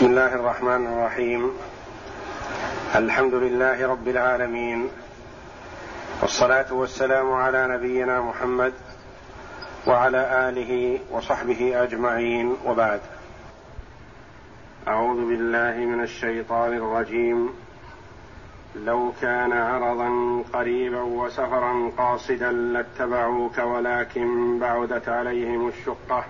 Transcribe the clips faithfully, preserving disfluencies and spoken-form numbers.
بسم الله الرحمن الرحيم. الحمد لله رب العالمين، والصلاة والسلام على نبينا محمد وعلى آله وصحبه أجمعين، وبعد. أعوذ بالله من الشيطان الرجيم. لو كان عرضا قريبا وسفرا قاصدا لاتبعوك ولكن بعدت عليهم الشقة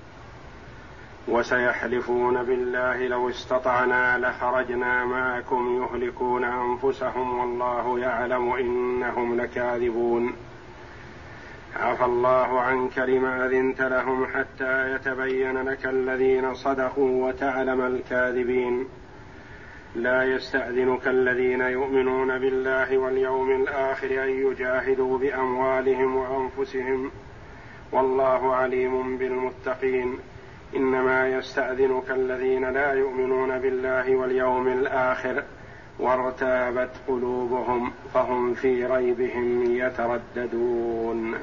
وسيحلفون بالله لو استطعنا لخرجنا معكم يهلكون أنفسهم والله يعلم إنهم لكاذبون. عفى الله عنك لما أذنت لهم حتى يتبين لك الذين صدقوا وتعلم الكاذبين. لا يستأذنك الذين يؤمنون بالله واليوم الآخر أن يجاهدوا بأموالهم وأنفسهم والله عليم بالمتقين. إنما يستأذنك الذين لا يؤمنون بالله واليوم الآخر وارتابت قلوبهم فهم في ريبهم يترددون.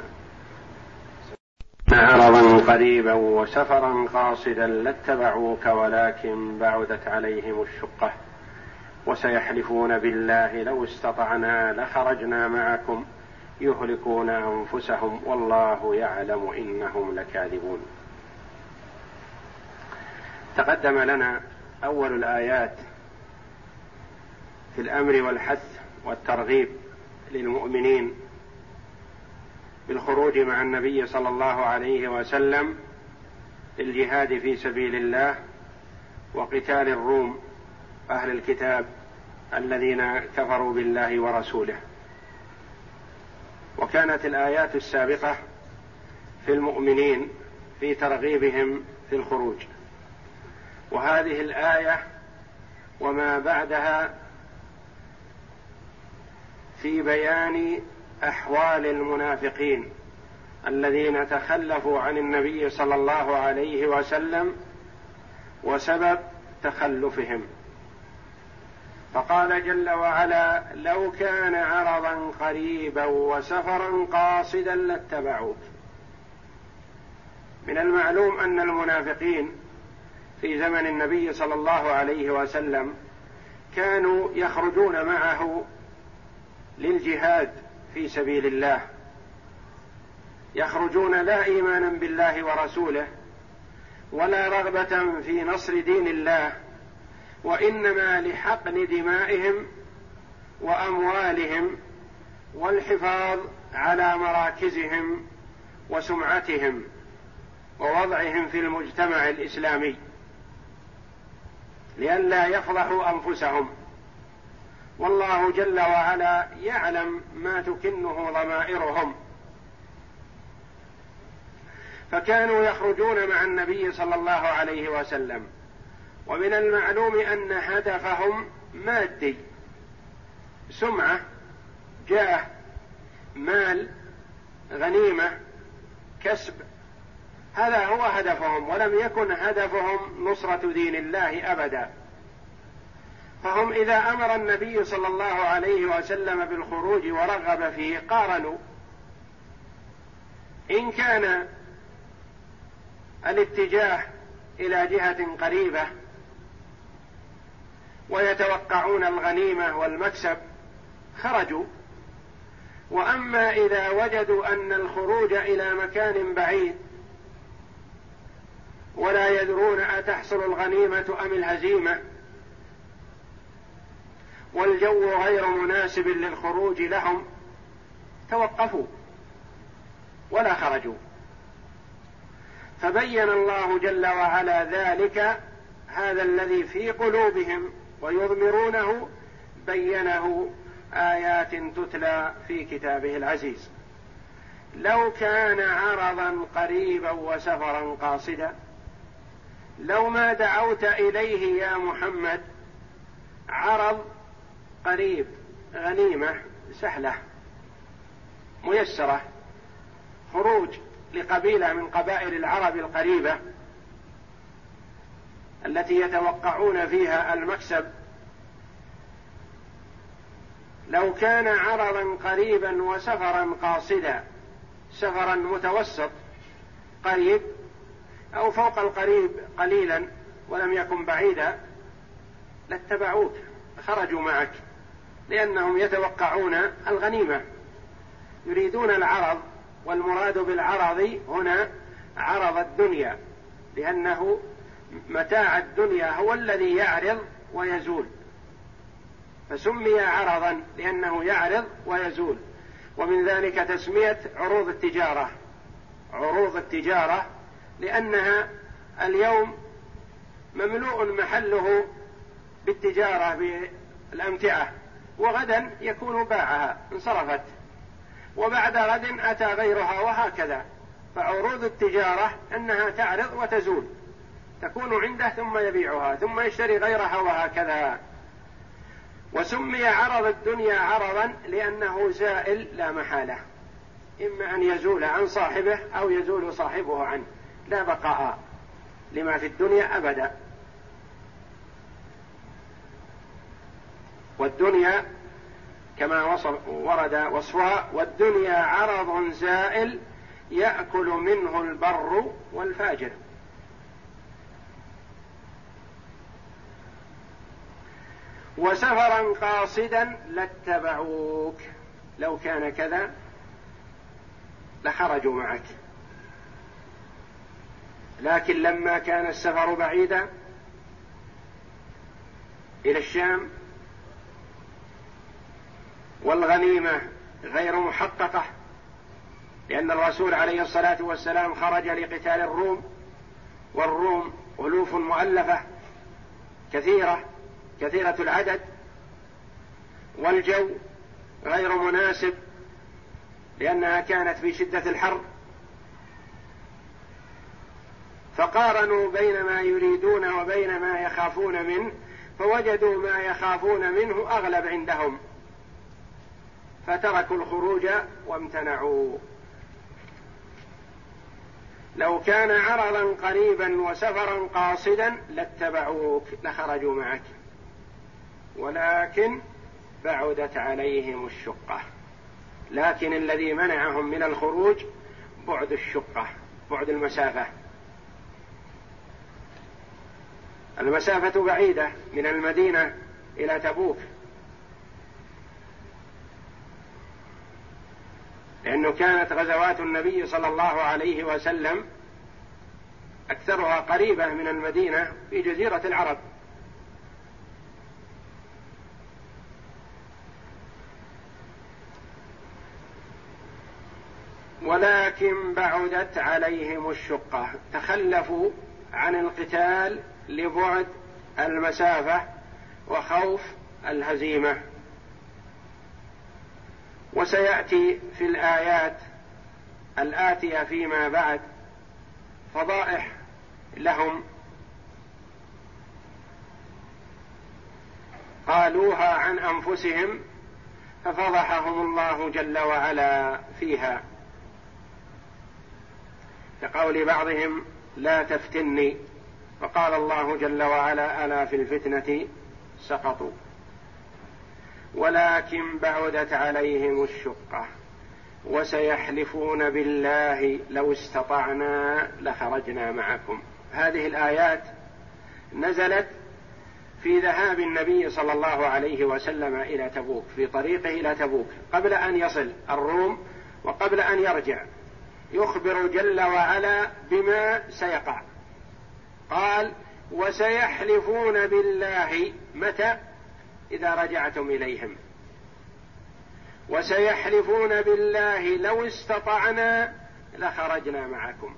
عرضا قريبا وسفرا قاصدا لاتبعوك ولكن بعدت عليهم الشقة وسيحلفون بالله لو استطعنا لخرجنا معكم يهلكون أنفسهم والله يعلم إنهم لكاذبون. تقدم لنا أول الآيات في الأمر والحث والترغيب للمؤمنين بالخروج مع النبي صلى الله عليه وسلم للجهاد في سبيل الله وقتال الروم أهل الكتاب الذين كفروا بالله ورسوله. وكانت الآيات السابقة في المؤمنين في ترغيبهم في الخروج، وهذه الآية وما بعدها في بيان أحوال المنافقين الذين تخلفوا عن النبي صلى الله عليه وسلم وسبب تخلفهم. فقال جل وعلا: لو كان عرضا قريبا وسفرا قاصدا لاتبعوك. من المعلوم أن المنافقين في زمن النبي صلى الله عليه وسلم كانوا يخرجون معه للجهاد في سبيل الله، يخرجون لا إيمانا بالله ورسوله ولا رغبة في نصر دين الله، وإنما لحقن دمائهم وأموالهم والحفاظ على مراكزهم وسمعتهم ووضعهم في المجتمع الإسلامي لئلا يفضحوا أنفسهم، والله جل وعلا يعلم ما تكنه ضمائرهم. فكانوا يخرجون مع النبي صلى الله عليه وسلم، ومن المعلوم أن هدفهم مادي، سمعة، جاه، مال، غنيمة، كسب، هذا هو هدفهم، ولم يكن هدفهم نصرة دين الله أبدا. فهم إذا أمر النبي صلى الله عليه وسلم بالخروج ورغب فيه قارنوا، إن كان الاتجاه إلى جهة قريبة ويتوقعون الغنيمة والمكسب خرجوا، وأما إذا وجدوا أن الخروج إلى مكان بعيد ولا يدرون أتحصل الغنيمة أم الهزيمة والجو غير مناسب للخروج لهم توقفوا ولا خرجوا. فبين الله جل وعلا ذلك، هذا الذي في قلوبهم ويضمرونه بينه آيات تتلى في كتابه العزيز. لو كان عرضا قريبا وسفرا قاصدا، لو ما دعوت إليه يا محمد عرض قريب، غنيمة سهلة ميسرة، خروج لقبيلة من قبائل العرب القريبة التي يتوقعون فيها المكسب. لو كان عرضا قريبا وسفرا قاصدا، سفرا متوسط قريب أو فوق القريب قليلا ولم يكن بعيدا، لاتبعوك، خرجوا معك، لأنهم يتوقعون الغنيمة، يريدون العرض، والمراد بالعرض هنا عرض الدنيا، لأنه متاع الدنيا هو الذي يعرض ويزول، فسمي عرضا لأنه يعرض ويزول. ومن ذلك تسمية عروض التجارة عروض التجارة، لأنها اليوم مملوء محله بالتجارة بالأمتعة، وغدا يكون باعها انصرفت، وبعد غد أتى غيرها، وهكذا. فعروض التجارة أنها تعرض وتزول، تكون عنده ثم يبيعها ثم يشتري غيرها، وهكذا. وسمي عرض الدنيا عرضا لأنه زائل لا محالة، إما أن يزول عن صاحبه أو يزول صاحبه عنه، لا بقاء لما في الدنيا أبدا. والدنيا كما وصف ورد وصفها: والدنيا عرض زائل يأكل منه البر والفاجر. وسفرا قاصدا لاتبعوك، لو كان كذا لخرجوا معك، لكن لما كان السفر بعيدا إلى الشام والغنيمة غير محققة، لأن الرسول عليه الصلاة والسلام خرج لقتال الروم، والروم ألوف مؤلفة كثيرة كثيرة العدد، والجو غير مناسب لأنها كانت في شدة الحر، فقارنوا بين ما يريدون وبين ما يخافون منه، فوجدوا ما يخافون منه أغلب عندهم، فتركوا الخروج وامتنعوا. لو كان عرضا قريبا وسفرا قاصدا لاتبعوك، لخرجوا معك، ولكن بعدت عليهم الشقة. لكن الذي منعهم من الخروج بعد الشقة، بعد المسافة. المسافة بعيدة من المدينة إلى تبوك، لأنه كانت غزوات النبي صلى الله عليه وسلم أكثرها قريبة من المدينة في جزيرة العرب، ولكن بعدت عليهم الشقة، تخلفوا عن القتال لبعد المسافة وخوف الهزيمة. وسيأتي في الآيات الآتية فيما بعد فضائح لهم قالوها عن أنفسهم، ففضحهم الله جل وعلا فيها، كقول بعضهم: لا تفتني، فقال الله جل وعلا: ألا في الفتنة سقطوا. ولكن بعدت عليهم الشقة وسيحلفون بالله لو استطعنا لخرجنا معكم. هذه الآيات نزلت في ذهاب النبي صلى الله عليه وسلم إلى تبوك، في طريقه إلى تبوك قبل أن يصل الروم وقبل أن يرجع، يخبر جل وعلا بما سيقع. قال: وسيحلفون بالله متى؟ إذا رجعتم إليهم. وسيحلفون بالله لو استطعنا لخرجنا معكم.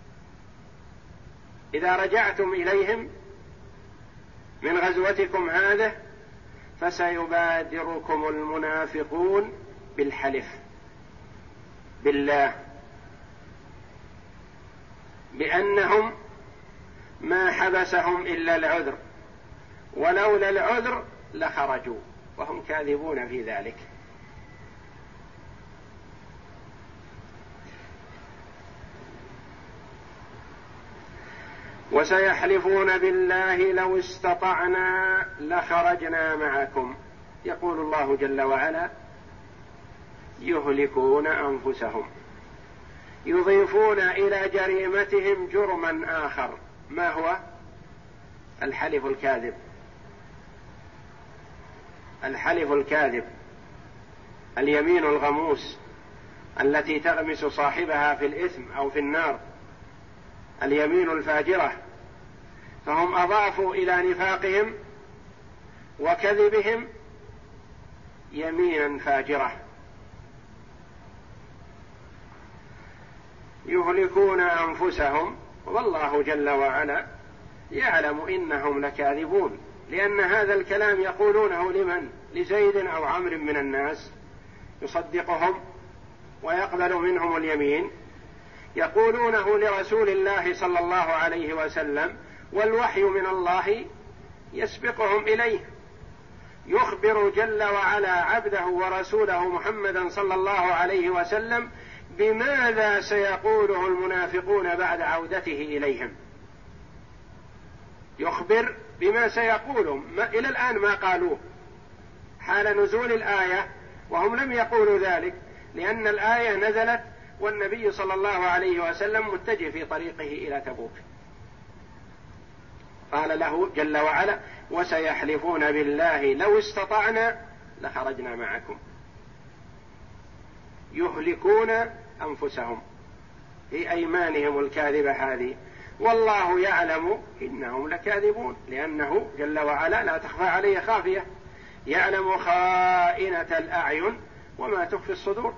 إذا رجعتم إليهم من غزوتكم هذه فسيبادركم المنافقون بالحلف بالله بأنهم ما حبسهم إلا العذر، ولولا العذر لخرجوا، وهم كاذبون في ذلك. وسيحلفون بالله لو استطعنا لخرجنا معكم. يقول الله جل وعلا: يهلكون أنفسهم، يضيفون إلى جريمتهم جرما آخر، ما هو؟ الحلف الكاذب. الحلف الكاذب، اليمين الغموس التي تغمس صاحبها في الإثم أو في النار، اليمين الفاجرة. فهم أضافوا إلى نفاقهم وكذبهم يمينا فاجرة. يهلكون أنفسهم والله جل وعلا يعلم إنهم لكاذبون، لأن هذا الكلام يقولونه لمن؟ لزيد أو عمرو من الناس يصدقهم ويقبل منهم اليمين، يقولونه لرسول الله صلى الله عليه وسلم، والوحي من الله يسبقهم إليه. يخبر جل وعلا عبده ورسوله محمدا صلى الله عليه وسلم بماذا سيقوله المنافقون بعد عودته إليهم، يخبر بما سيقولهم. ما إلى الآن ما قالوه حال نزول الآية، وهم لم يقولوا ذلك، لأن الآية نزلت والنبي صلى الله عليه وسلم متجه في طريقه إلى تبوك. قال له جل وعلا: وسيحلفون بالله لو استطعنا لخرجنا معكم. يهلكون أنفسهم في أيمانهم الكاذبة هذه، والله يعلم إنهم لكاذبون، لأنه جل وعلا لا تخفى عليه خافية، يعلم خائنة الأعين وما تخفي الصدور.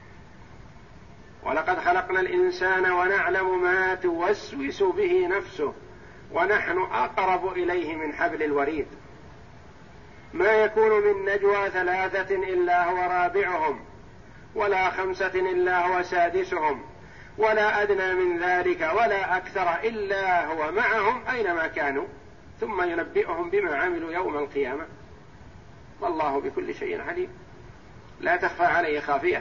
ولقد خلقنا الإنسان ونعلم ما توسوس به نفسه ونحن أقرب إليه من حبل الوريد. ما يكون من نجوى ثلاثة إلا هو رابعهم ولا خمسة إلا هو سادسهم ولا أدنى من ذلك ولا أكثر إلا هو معهم أينما كانوا ثم ينبئهم بما عملوا يوم القيامة، والله بكل شيء عليم، لا تخفى عليه خافية.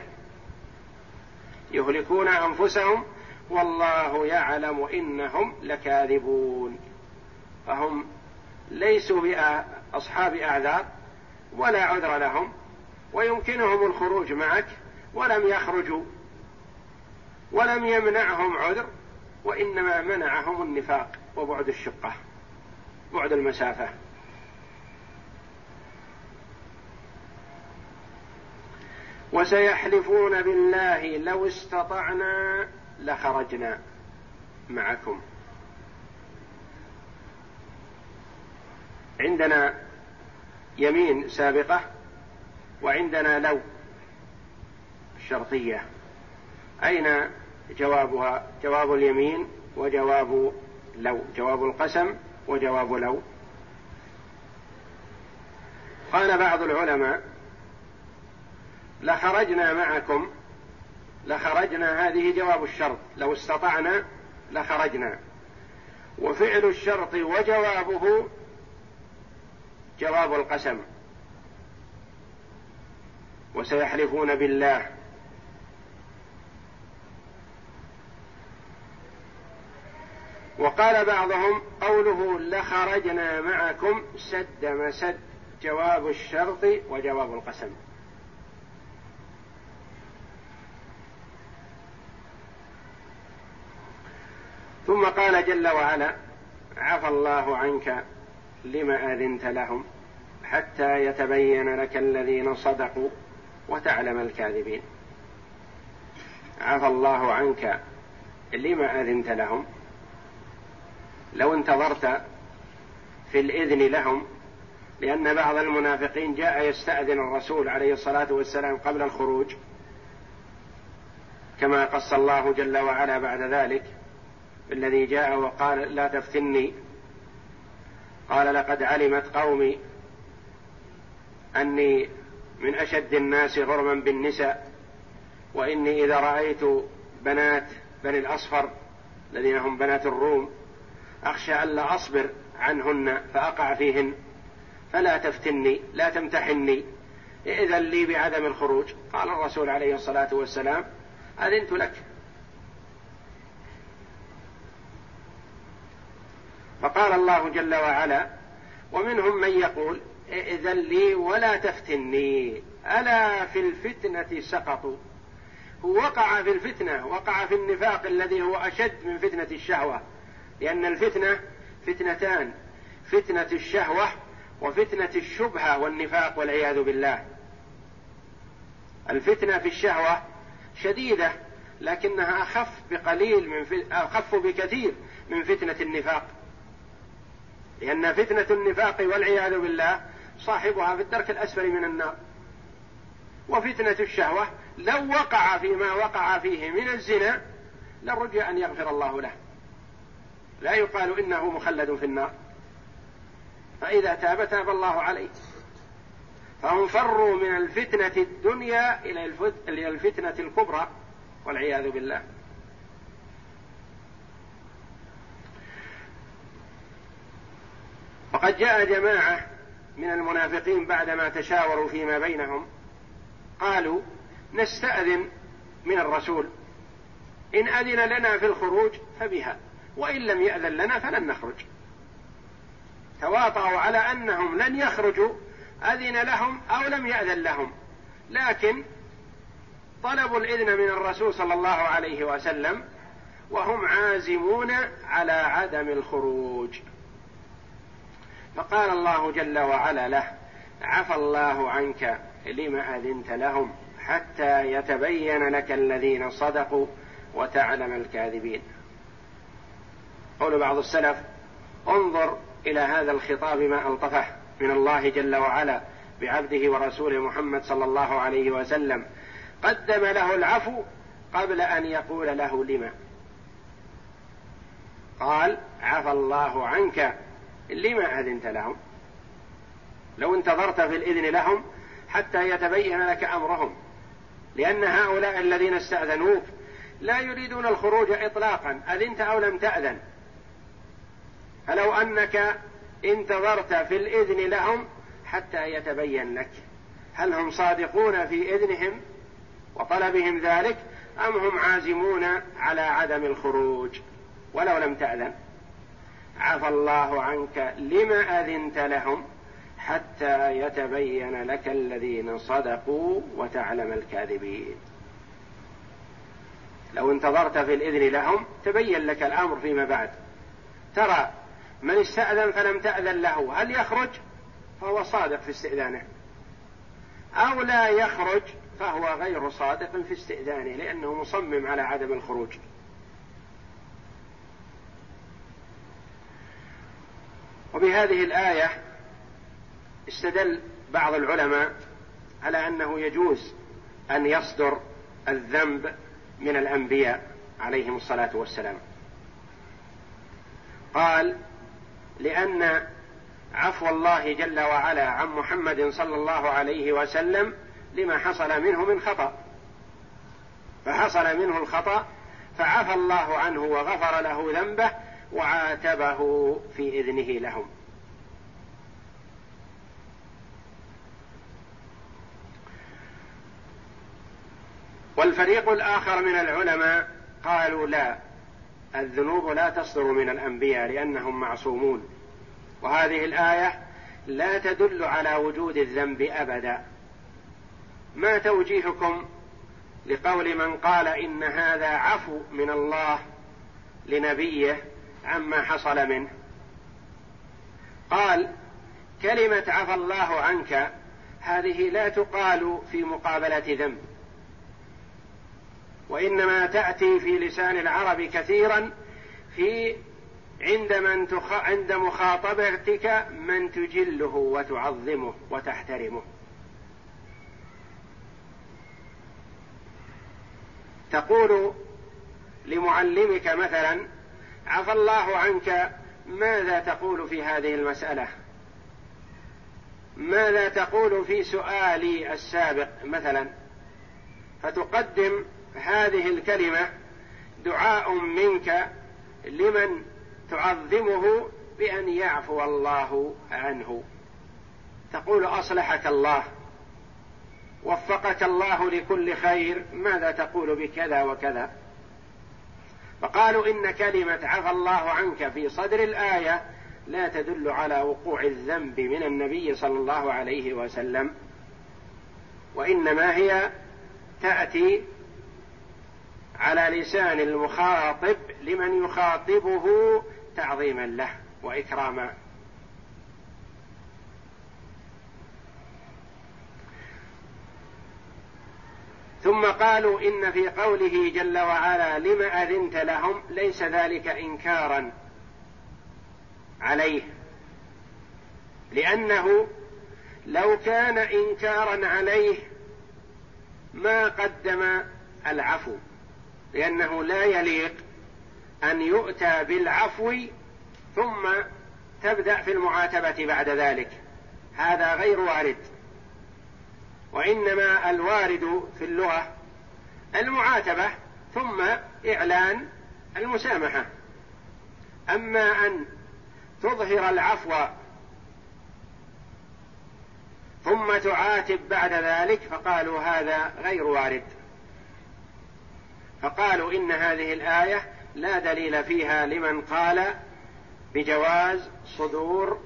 يهلكون أنفسهم والله يعلم إنهم لكاذبون. فهم ليسوا بأصحاب أعذار ولا عذر لهم، ويمكنهم الخروج معك ولم يخرجوا، ولم يمنعهم عذر، وإنما منعهم النفاق وبعد الشقة، بعد المسافة. وسيحلفون بالله لو استطعنا لخرجنا معكم. عندنا يمين سابقة وعندنا لو الشرطية، أين جوابها؟ جواب اليمين وجواب لو، جواب القسم وجواب لو. قال بعض العلماء: لخرجنا معكم، لخرجنا هذه جواب الشرط، لو استطعنا لخرجنا، وفعل الشرط وجوابه جواب القسم. وسيحلفون بالله. وقال بعضهم قوله لخرجنا معكم سد مسد جواب الشرط وجواب القسم. ثم قال جل وعلا: عفى الله عنك لما أذنت لهم حتى يتبين لك الذين صدقوا وتعلم الكاذبين. عفى الله عنك لما أذنت لهم، لو انتظرت في الإذن لهم، لأن بعض المنافقين جاء يستأذن الرسول عليه الصلاة والسلام قبل الخروج، كما قص الله جل وعلا بعد ذلك الذي جاء وقال: لا تفتني، قال: لقد علمت قومي أني من أشد الناس غرما بالنساء، وإني إذا رأيت بنات بني الأصفر الذين هم بنات الروم أخشى ألا أصبر عنهن فأقع فيهن، فلا تفتني، لا تمتحني، إذن لي بعدم الخروج. قال الرسول عليه الصلاة والسلام: أذنت لك. فقال الله جل وعلا: ومنهم من يقول إذن لي ولا تفتني، ألا في الفتنة سقطوا. هو وقع في الفتنة، وقع في النفاق الذي هو أشد من فتنة الشهوة، لأن الفتنة فتنتان: فتنة الشهوة وفتنة الشبهة والنفاق والعياذ بالله. الفتنة في الشهوة شديدة لكنها أخف بقليل من ف... أخف بكثير من فتنة النفاق، لأن فتنة النفاق والعياذ بالله صاحبها في الدرك الأسفل من النار. وفتنة الشهوة لو وقع فيما وقع فيه من الزنا لرجى أن يغفر الله له، لا يقال إنه مخلد في النار، فإذا تاب تاب الله عليه. فهم فروا من الفتنة الدنيا إلى الفتنة الكبرى والعياذ بالله. وقد جاء جماعة من المنافقين بعدما تشاوروا فيما بينهم قالوا نستأذن من الرسول، إن أذن لنا في الخروج فبها، وإن لم يأذن لنا فلن نخرج. تواطؤوا على أنهم لن يخرجوا أذن لهم أو لم يأذن لهم، لكن طلبوا الإذن من الرسول صلى الله عليه وسلم وهم عازمون على عدم الخروج. فقال الله جل وعلا له: عفى الله عنك لما أذنت لهم حتى يتبين لك الذين صدقوا وتعلم الكاذبين. قول بعض السلف: انظر إلى هذا الخطاب ما ألطفه من الله جل وعلا بعبده ورسوله محمد صلى الله عليه وسلم، قدم له العفو قبل أن يقول له لما. قال: عفى الله عنك لما أذنت لهم. لو انتظرت في الإذن لهم حتى يتبين لك أمرهم، لأن هؤلاء الذين استأذنوك لا يريدون الخروج إطلاقا، أذنت أو لم تأذن. فلو أنك انتظرت في الإذن لهم حتى يتبين لك هل هم صادقون في إذنهم وطلبهم ذلك أم هم عازمون على عدم الخروج ولو لم تأذن. عفى الله عنك لما أذنت لهم حتى يتبين لك الذين صدقوا وتعلم الكاذبين. لو انتظرت في الإذن لهم تبين لك الأمر فيما بعد، ترى من استأذن فلم تأذن له هل يخرج فهو صادق في استئذانه، أو لا يخرج فهو غير صادق في استئذانه لأنه مصمم على عدم الخروج. وبهذه الآية استدل بعض العلماء على أنه يجوز أن يصدر الذنب من الأنبياء عليهم الصلاة والسلام. قال: لأن عفو الله جل وعلا عن محمد صلى الله عليه وسلم لما حصل منه من خطأ، فحصل منه الخطأ فعفى الله عنه وغفر له ذنبه وعاتبه في إذنه لهم. والفريق الآخر من العلماء قالوا لا، الذنوب لا تصدر من الأنبياء لأنهم معصومون، وهذه الآية لا تدل على وجود الذنب أبدا. ما توجيهكم لقول من قال إن هذا عفو من الله لنبيه عما حصل منه؟ قال: كلمة عفى الله عنك هذه لا تقال في مقابلة ذنب، وإنما تأتي في لسان العرب كثيرا في عند, من تخ... عند مخاطبتك من تجله وتعظمه وتحترمه. تقول لمعلمك مثلا: عفى الله عنك، ماذا تقول في هذه المسألة؟ ماذا تقول في سؤالي السابق مثلا؟ فتقدم هذه الكلمة دعاء منك لمن تعظمه بأن يعفو الله عنه. تقول: أصلحك الله، وفقك الله لكل خير، ماذا تقول بكذا وكذا؟ فقالوا إن كلمة عفى الله عنك في صدر الآية لا تدل على وقوع الذنب من النبي صلى الله عليه وسلم، وإنما هي تأتي على لسان المخاطب لمن يخاطبه تعظيما له وإكراما. ثم قالوا إن في قوله جل وعلا لم أذنت لهم ليس ذلك إنكارا عليه، لأنه لو كان إنكارا عليه ما قدم العفو، لأنه لا يليق أن يؤتى بالعفو ثم تبدأ في المعاتبة بعد ذلك، هذا غير وارد. وإنما الوارد في اللغة المعاتبة ثم إعلان المسامحة. أما أن تظهر العفو ثم تعاتب بعد ذلك فقالوا هذا غير وارد، فقالوا إن هذه الآية لا دليل فيها لمن قال بجواز صدور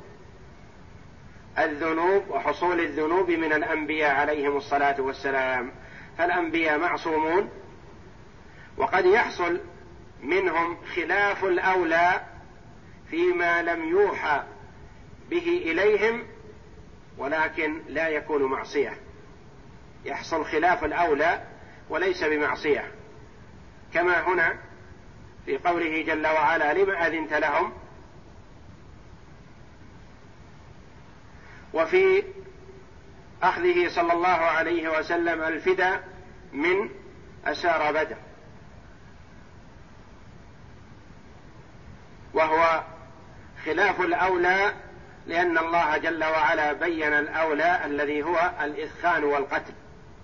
الذنوب وحصول الذنوب من الأنبياء عليهم الصلاة والسلام، فالأنبياء معصومون، وقد يحصل منهم خلاف الأولى فيما لم يوحى به إليهم، ولكن لا يكون معصية، يحصل خلاف الأولى وليس بمعصية، كما هنا في قوله جل وعلا لم أذنت لهم، وفي أخذه صلى الله عليه وسلم الفداء من أسارى بدر، وهو خلاف الأولى، لأن الله جل وعلا بين الأولى الذي هو الإثخان والقتل.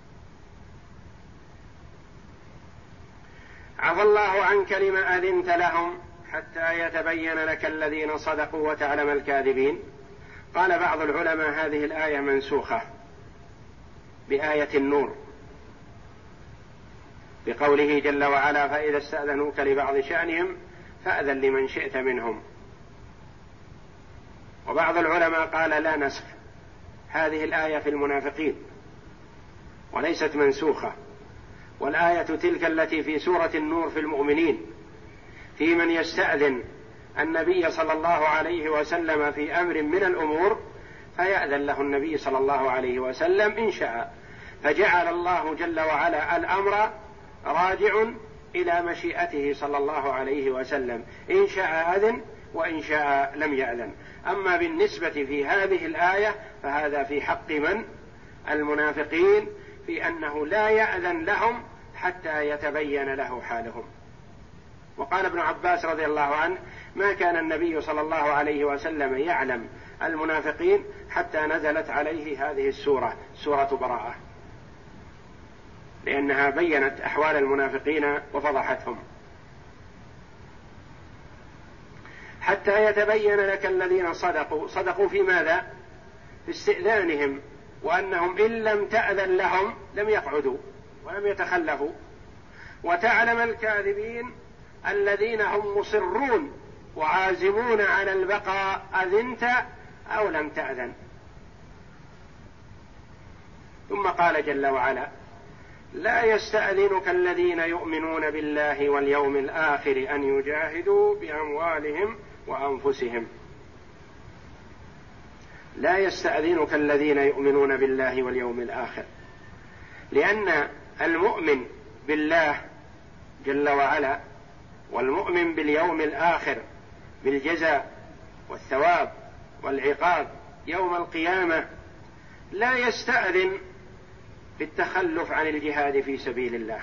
عفى الله عنك لما أذنت لهم حتى يتبين لك الذين صدقوا وتعلم الكاذبين. قال بعض العلماء هذه الآية منسوخة بآية النور، بقوله جل وعلا فإذا استأذنوك لبعض شأنهم فأذن لمن شئت منهم. وبعض العلماء قال لا نسخ، هذه الآية في المنافقين وليست منسوخة، والآية تلك التي في سورة النور في المؤمنين، في من يستأذن النبي صلى الله عليه وسلم في أمر من الأمور فيأذن له النبي صلى الله عليه وسلم إن شاء، فجعل الله جل وعلا الأمر راجع إلى مشيئته صلى الله عليه وسلم، إن شاء أذن وإن شاء لم يأذن. أما بالنسبة في هذه الآية فهذا في حق من؟ المنافقين، في أنه لا يأذن لهم حتى يتبين له حالهم. وقال ابن عباس رضي الله عنه ما كان النبي صلى الله عليه وسلم يعلم المنافقين حتى نزلت عليه هذه السورة، سورة براءة، لأنها بينت أحوال المنافقين وفضحتهم. حتى يتبين لك الذين صدقوا، صدقوا في ماذا؟ في استئذانهم، وأنهم إن لم تأذن لهم لم يقعدوا ولم يتخلفوا. وتعلم الكاذبين الذين هم مصرون وعازمون على البقاء أذنت أو لم تأذن. ثم قال جل وعلا لا يستأذنك الذين يؤمنون بالله واليوم الآخر أن يجاهدوا بأموالهم وأنفسهم. لا يستأذنك الذين يؤمنون بالله واليوم الآخر، لأن المؤمن بالله جل وعلا والمؤمن باليوم الآخر بالجزاء والثواب والعقاب يوم القيامة لا يستأذن بالتخلف عن الجهاد في سبيل الله،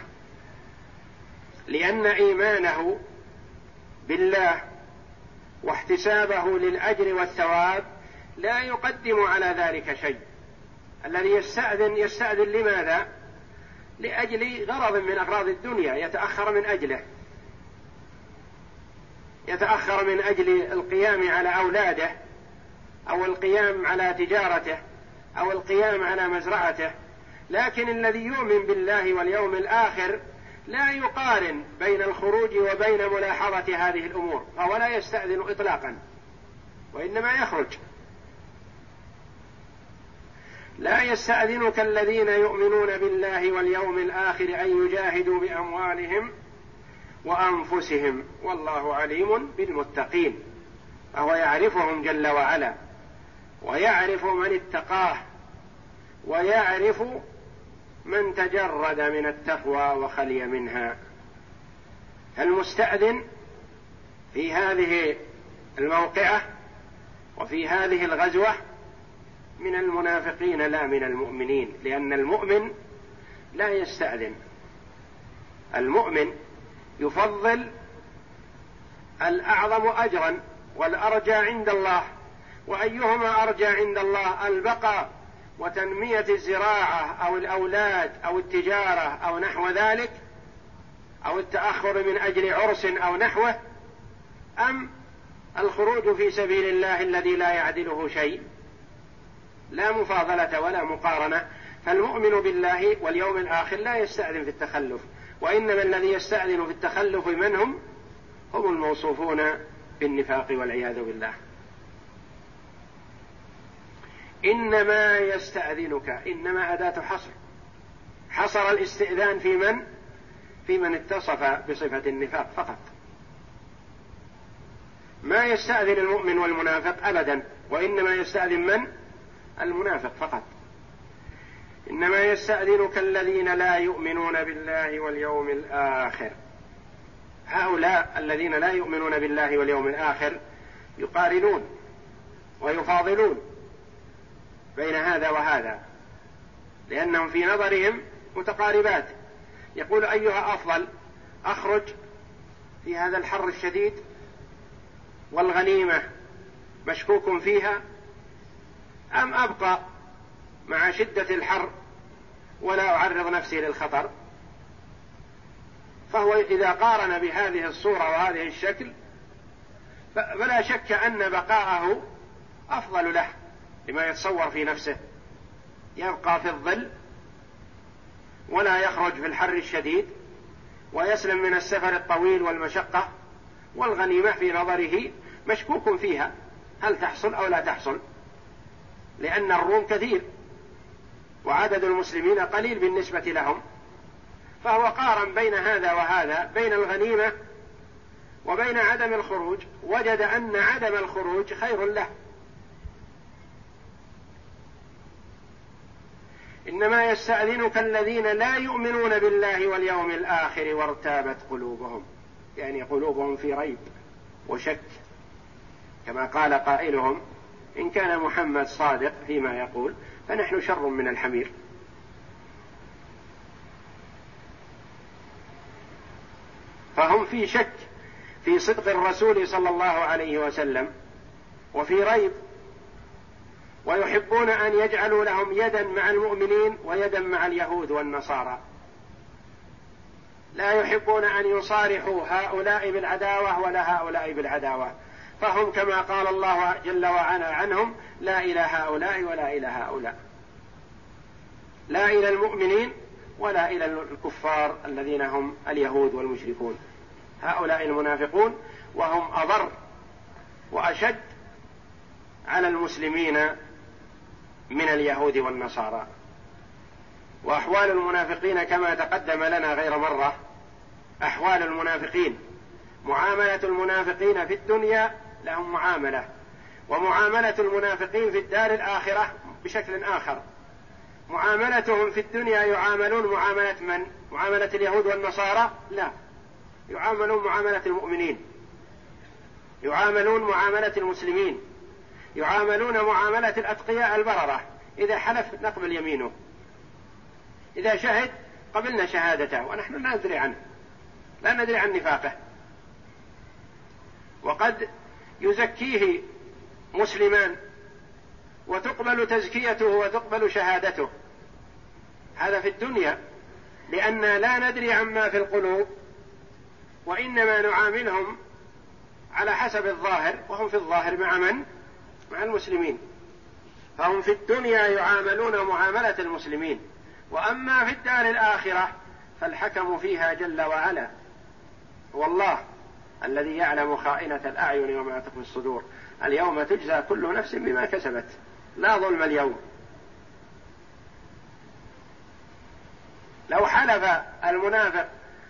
لأن إيمانه بالله واحتسابه للأجر والثواب لا يقدم على ذلك شيء. الذي يستأذن يستأذن لماذا؟ لأجل غرض من أغراض الدنيا يتأخر من أجله، يتأخر من أجل القيام على أولاده أو القيام على تجارته أو القيام على مزرعته. لكن الذي يؤمن بالله واليوم الآخر لا يقارن بين الخروج وبين ملاحظة هذه الأمور، فهو لا يستأذن إطلاقا وإنما يخرج. لا يستأذنك الذين يؤمنون بالله واليوم الآخر أن يجاهدوا بأموالهم وأنفسهم والله عليم بالمتقين. فهو يعرفهم جل وعلا ويعرف من اتقاه ويعرف من تجرد من التقوى وخلي منها. المستأذن في هذه الموقعة وفي هذه الغزوة من المنافقين لا من المؤمنين، لأن المؤمن لا يستأذن. المؤمن يفضل الأعظم أجرا والأرجى عند الله، وأيهما أرجى عند الله؟ البقاء وتنمية الزراعة أو الأولاد أو التجارة أو نحو ذلك، أو التأخر من أجل عرس أو نحوه، أم الخروج في سبيل الله الذي لا يعدله شيء؟ لا مفاضلة ولا مقارنة. فالمؤمن بالله واليوم الآخر لا يستأذن في التخلف، وإنما الذي يستأذن في التخلف من هم؟ هم الموصوفون بالنفاق والعياذ بالله. إنما يستأذنك، إنما أداة حصر، حصر الاستئذان في من؟ في من اتصف بصفة النفاق فقط. ما يستأذن المؤمن والمنافق أبدا، وإنما يستأذن من؟ المنافق فقط. إنما يستأذنك الذين لا يؤمنون بالله واليوم الآخر. هؤلاء الذين لا يؤمنون بالله واليوم الآخر يقارنون ويفاضلون بين هذا وهذا، لأنهم في نظرهم متقاربات. يقول أيها أفضل، أخرج في هذا الحر الشديد والغنيمة مشكوك فيها، أم أبقى مع شدة الحر ولا أعرض نفسي للخطر؟ فهو إذا قارن بهذه الصورة وهذه الشكل فلا شك أن بقاءه أفضل له لما يتصور في نفسه، يبقى في الظل ولا يخرج في الحر الشديد ويسلم من السفر الطويل والمشقة، والغنيمة في نظره مشكوك فيها هل تحصل أو لا تحصل، لأن الروم كثير وعدد المسلمين قليل بالنسبة لهم. فهو قارن بين هذا وهذا، بين الغنيمة وبين عدم الخروج، وجد أن عدم الخروج خير له. إنما يستأذنك الذين لا يؤمنون بالله واليوم الآخر وارتابت قلوبهم، يعني قلوبهم في ريب وشك، كما قال قائلهم إن كان محمد صادق فيما يقول فنحن شر من الحمير. فهم في شك في صدق الرسول صلى الله عليه وسلم وفي ريب، ويحبون أن يجعلوا لهم يدا مع المؤمنين ويدا مع اليهود والنصارى، لا يحبون أن يصارحوا هؤلاء بالعداوة ولا هؤلاء بالعداوة. فهم كما قال الله جل وعلا عنهم لا إلى هؤلاء ولا إلى هؤلاء، لا إلى المؤمنين ولا إلى الكفار الذين هم اليهود والمشركون. هؤلاء المنافقون وهم أضر وأشد على المسلمين من اليهود والنصارى. وأحوال المنافقين كما تقدم لنا غير مرة، أحوال المنافقين، معاملة المنافقين في الدنيا لهم معاملة، ومعاملة المنافقين في الدار الآخرة بشكل آخر. معاملتهم في الدنيا يعاملون معاملة من؟ معاملة اليهود والنصارى؟ لا، يعاملون معاملة المؤمنين، يعاملون معاملة المسلمين، يعاملون معاملة الأتقياء البررة. إذا حلف نقبل يمينه، إذا شهد قبلنا شهادته، ونحن لا ندري عنه، لا ندري عن نفاقه. وقد يزكيه مسلمان وتقبل تزكيته وتقبل شهادته، هذا في الدنيا، لأن لا ندري عما في القلوب، وإنما نعاملهم على حسب الظاهر، وهم في الظاهر مع من؟ مع المسلمين. فهم في الدنيا يعاملون معاملة المسلمين، وأما في الدار الآخرة فالحكم فيها جل وعلا والله الذي يعلم خائنة الأعين وما تخفي الصدور. اليوم تجزى كل نفس بما كسبت، لا ظلم اليوم. لو حلف المنافق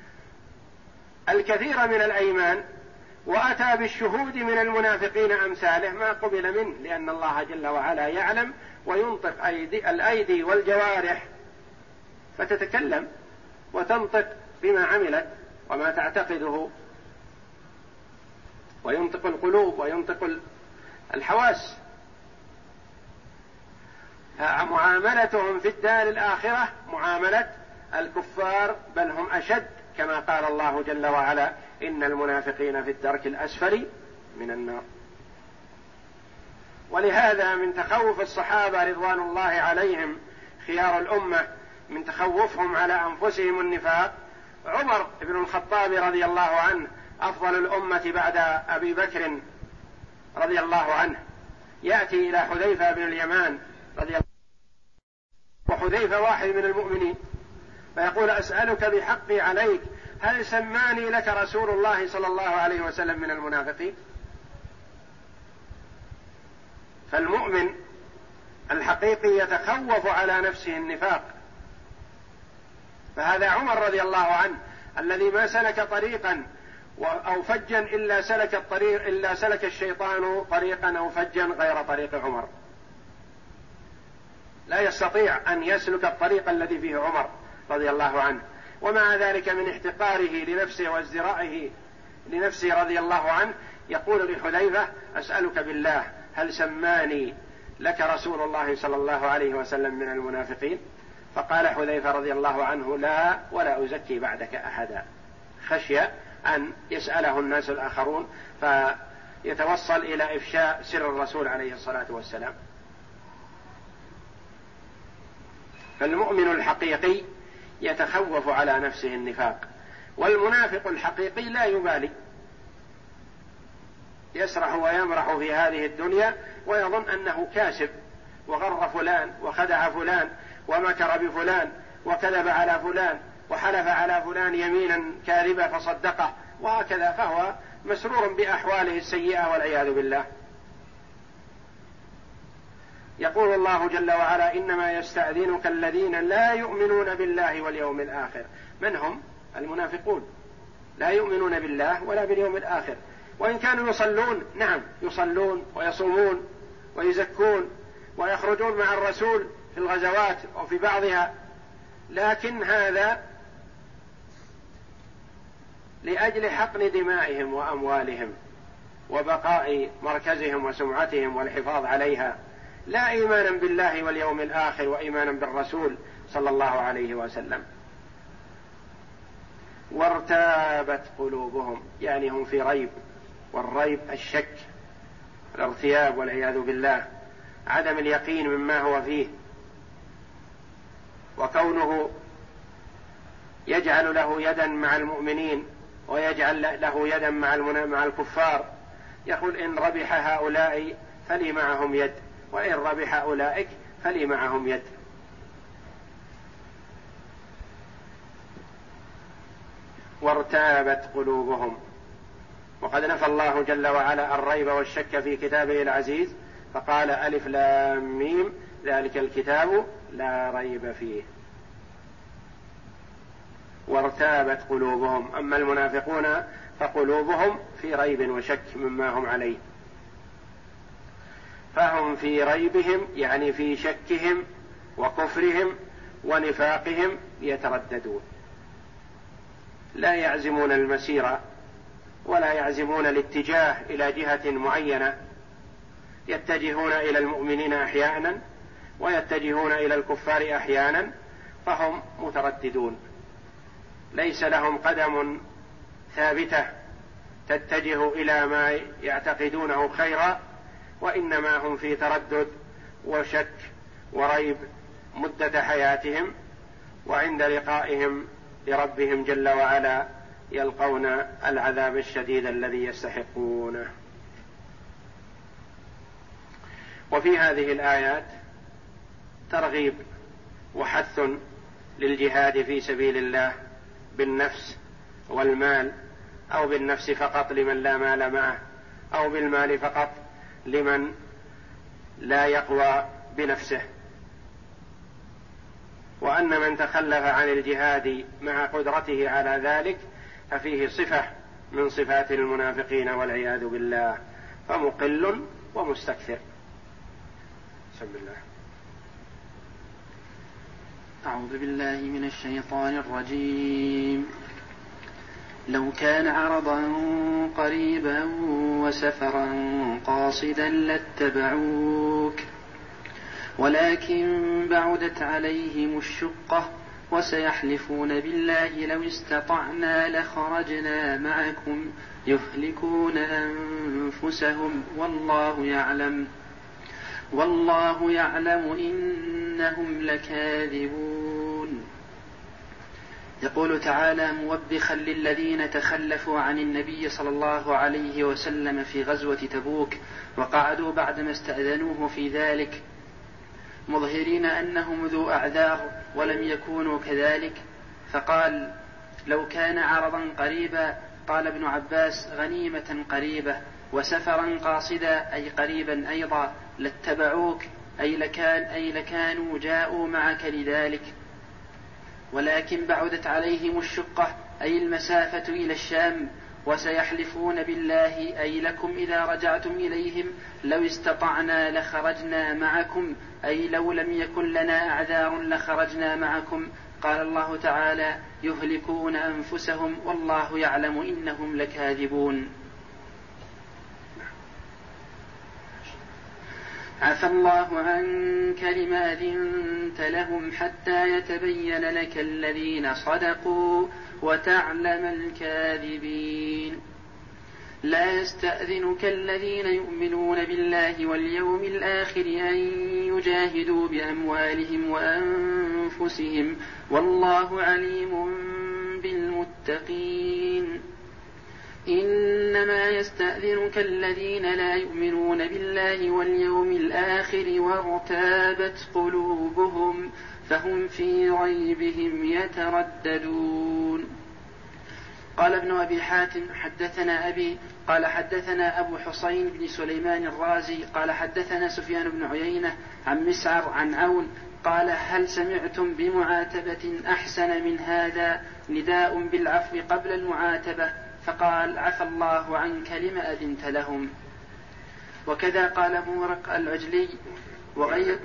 الكثير من الأيمان وأتى بالشهود من المنافقين أمثاله ما قبل منه، لأن الله جل وعلا يعلم وينطق أيدي الأيدي والجوارح فتتكلم وتنطق بما عملت وما تعتقده، وينطق القلوب وينطق الحواس. فمعاملتهم في الدار الآخرة معاملة الكفار، بل هم أشد، كما قال الله جل وعلا: إن المنافقين في الدرك الأسفل من النار. ولهذا من تخوف الصحابة رضوان الله عليهم خيار الأمة، من تخوفهم على أنفسهم النفاق، عمر بن الخطاب رضي الله عنه أفضل الأمة بعد أبي بكر رضي الله عنه، يأتي إلى حذيفة بن اليمان رضي الله عنه، وحذيفة واحد من المؤمنين، فيقول: أسألك بحقي عليك، هل سماني لك رسول الله صلى الله عليه وسلم من المنافقين؟ فالمؤمن الحقيقي يتخوف على نفسه النفاق. فهذا عمر رضي الله عنه الذي ما سلك طريقا أو فجا إلا سلك الطريق إلا سلك الشيطان طريقا أو فجا غير طريق عمر، لا يستطيع أن يسلك الطريق الذي فيه عمر رضي الله عنه. ومع ذلك من احتقاره لنفسه وازدرائه لنفسه رضي الله عنه يقول لحذيفة: أسألك بالله، هل سماني لك رسول الله صلى الله عليه وسلم من المنافقين؟ فقال حذيفة رضي الله عنه: لا، ولا أزكي بعدك أحدا، خشية أن يسأله الناس الآخرون فيتوصل إلى إفشاء سر الرسول عليه الصلاة والسلام. فالمؤمن الحقيقي يتخوف على نفسه النفاق، والمنافق الحقيقي لا يبالي، يسرح ويمرح في هذه الدنيا ويظن أنه كاسب، وغر فلان وخدع فلان ومكر بفلان وكذب على فلان وحلف على فلان يمينا كاذبة فصدقه، وهكذا، فهو مسرور بأحواله السيئة والعياذ بالله. يقول الله جل وعلا: إنما يستأذنك الذين لا يؤمنون بالله واليوم الآخر. من هم؟ المنافقون، لا يؤمنون بالله ولا باليوم الآخر، وإن كانوا يصلون، نعم يصلون ويصومون ويزكون ويخرجون مع الرسول في الغزوات وفي بعضها، لكن هذا لأجل حقن دمائهم وأموالهم وبقاء مركزهم وسمعتهم والحفاظ عليها، لا إيمانا بالله واليوم الآخر وإيمانا بالرسول صلى الله عليه وسلم. وارتابت قلوبهم، يعني هم في ريب، والريب الشك، الارتياب والعياذ بالله، عدم اليقين مما هو فيه. وكونه يجعل له يدا مع المؤمنين ويجعل له يدا مع مع الكفار، يقول: إن ربح هؤلاء فلي معهم يد، وإن ربح أولئك فلي معهم يد. وارتابت قلوبهم. وقد نفى الله جل وعلا الريب والشك في كتابه العزيز، فقال: ألف لام ميم ذلك الكتاب لا ريب فيه. وارتابت قلوبهم. أما المنافقون فقلوبهم في ريب وشك مما هم عليه، فهم في ريبهم، يعني في شكهم وكفرهم ونفاقهم يترددون، لا يعزمون المسير ولا يعزمون الاتجاه إلى جهة معينة، يتجهون إلى المؤمنين أحيانا ويتجهون إلى الكفار أحيانا، فهم مترددون، ليس لهم قدم ثابتة تتجه إلى ما يعتقدونه خيرا، وإنما هم في تردد وشك وريب مدة حياتهم، وعند لقائهم لربهم جل وعلا يلقون العذاب الشديد الذي يستحقونه. وفي هذه الآيات ترغيب وحث للجهاد في سبيل الله بالنفس والمال، أو بالنفس فقط لمن لا مال معه، أو بالمال فقط لمن لا يقوى بنفسه. وأن من تخلف عن الجهاد مع قدرته على ذلك ففيه صفة من صفات المنافقين والعياذ بالله، فمقل ومستكثر. بسم الله. أعوذ بالله من الشيطان الرجيم. لو كان عرضا قريبا وسفرا قاصدا لاتبعوك ولكن بعدت عليهم الشقة وسيحلفون بالله لو استطعنا لخرجنا معكم يهلكون أنفسهم والله يعلم والله يعلم إنهم لكاذبون. يقول تعالى موبخا للذين تخلفوا عن النبي صلى الله عليه وسلم في غزوة تبوك وقعدوا بعدما استأذنوه في ذلك مظهرين أنهم ذو أعذار ولم يكونوا كذلك، فقال لو كان عرضا قريبا، قال ابن عباس غنيمة قريبة، وسفرا قاصدا أي قريبا أيضا، لاتبعوك أي, لكان أي لكانوا جاءوا معك لذلك. ولكن بعدت عليهم الشقة أي المسافة إلى الشام، وسيحلفون بالله أي لكم إذا رجعتم إليهم لو استطعنا لخرجنا معكم أي لو لم يكن لنا أعذار لخرجنا معكم. قال الله تعالى يهلكون أنفسهم والله يعلم إنهم لكاذبون. عفى الله عنك لما أذنت لهم حتى يتبين لك الذين صدقوا وتعلم الكاذبين. لا يستأذنك الذين يؤمنون بالله واليوم الآخر أن يجاهدوا بأموالهم وأنفسهم والله عليم بالمتقين. إنما يستأذنك الذين لا يؤمنون بالله واليوم الآخر وارتابت قلوبهم فهم في ريبهم يترددون. قال ابن أبي حاتم حدثنا أبي قال حدثنا أبو حسين بن سليمان الرازي قال حدثنا سفيان بن عيينة عن مسعر عن عون قال هل سمعتم بمعاتبة أحسن من هذا نداء بالعفو قبل المعاتبة؟ فقال عفى الله عنك لما أذنت لهم. وكذا قال مورق العجلي وغير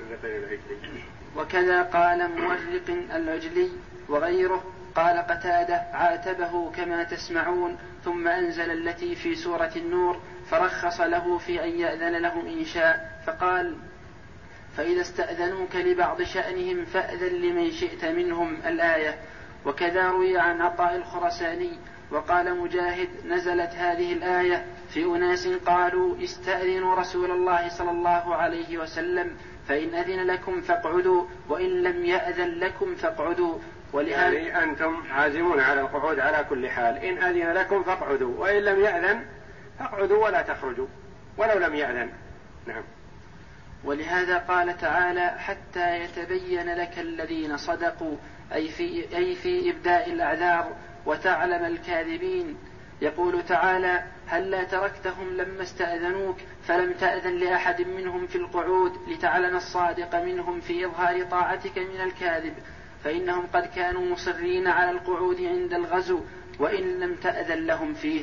وكذا قال مورق العجلي وغيره قال قتادة عاتبه كما تسمعون ثم أنزل التي في سورة النور فرخص له في أن يأذن لهم إن شاء، فقال فإذا استأذنوك لبعض شأنهم فأذن لمن شئت منهم الآية. وكذا روي عن عطاء الخرساني وقال مجاهد نزلت هذه الآية في أناس قالوا استأذنوا رسول الله صلى الله عليه وسلم فإن أذن لكم فاقعدوا وإن لم يأذن لكم فاقعدوا. يعني أنتم عازمون على القعود على كل حال، إن أذن لكم فاقعدوا وإن لم يأذن فاقعدوا ولا تخرجوا ولو لم يأذن. نعم. ولهذا قال تعالى حتى يتبين لك الذين صدقوا أي في, أي في إبداء الأعذار وتعلم الكاذبين. يقول تعالى هلا تركتهم لما استأذنوك فلم تأذن لأحد منهم في القعود لتعلم الصادق منهم في إظهار طاعتك من الكاذب، فإنهم قد كانوا مصرين على القعود عند الغزو وإن لم تأذن لهم فيه.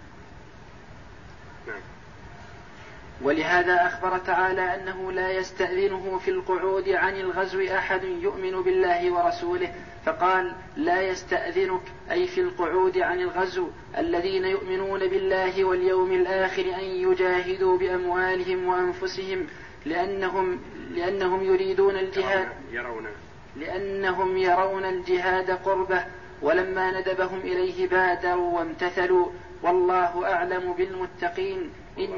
ولهذا أخبر تعالى أنه لا يستأذنه في القعود عن الغزو أحد يؤمن بالله ورسوله، فقال لا يستأذنك أي في القعود عن الغزو الذين يؤمنون بالله واليوم الآخر أن يجاهدوا بأموالهم وأنفسهم لأنهم, لأنهم يريدون الجهاد يرون لأنهم يرون الجهاد قربة، ولما ندبهم إليه بادروا وامتثلوا. والله أعلم بالمتقين إن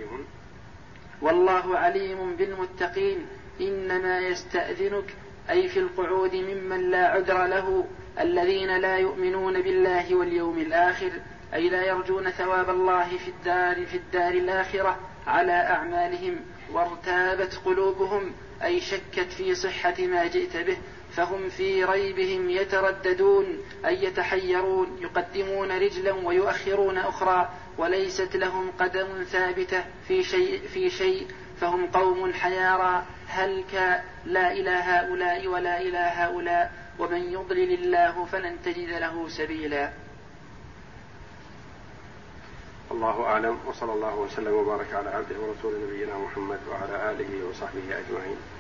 والله عليم بالمتقين. إنما يستأذنك أي في القعود ممن لا عذر له الذين لا يؤمنون بالله واليوم الآخر أي لا يرجون ثواب الله في الدار في الدار الآخرة على أعمالهم، وارتابت قلوبهم أي شكت في صحة ما جئت به فهم في ريبهم يترددون أي يتحيرون يقدمون رجلا ويؤخرون أخرى وليست لهم قدم ثابتة في شيء, في شيء فهم قوم حيارى هلك لا إلى هؤلاء ولا إلى هؤلاء ومن يضلل الله فلن تجد له سبيلا. الله أعلم، وصلى الله وسلم وبارك على عبده ورسول نبينا محمد وعلى آله وصحبه أجمعين.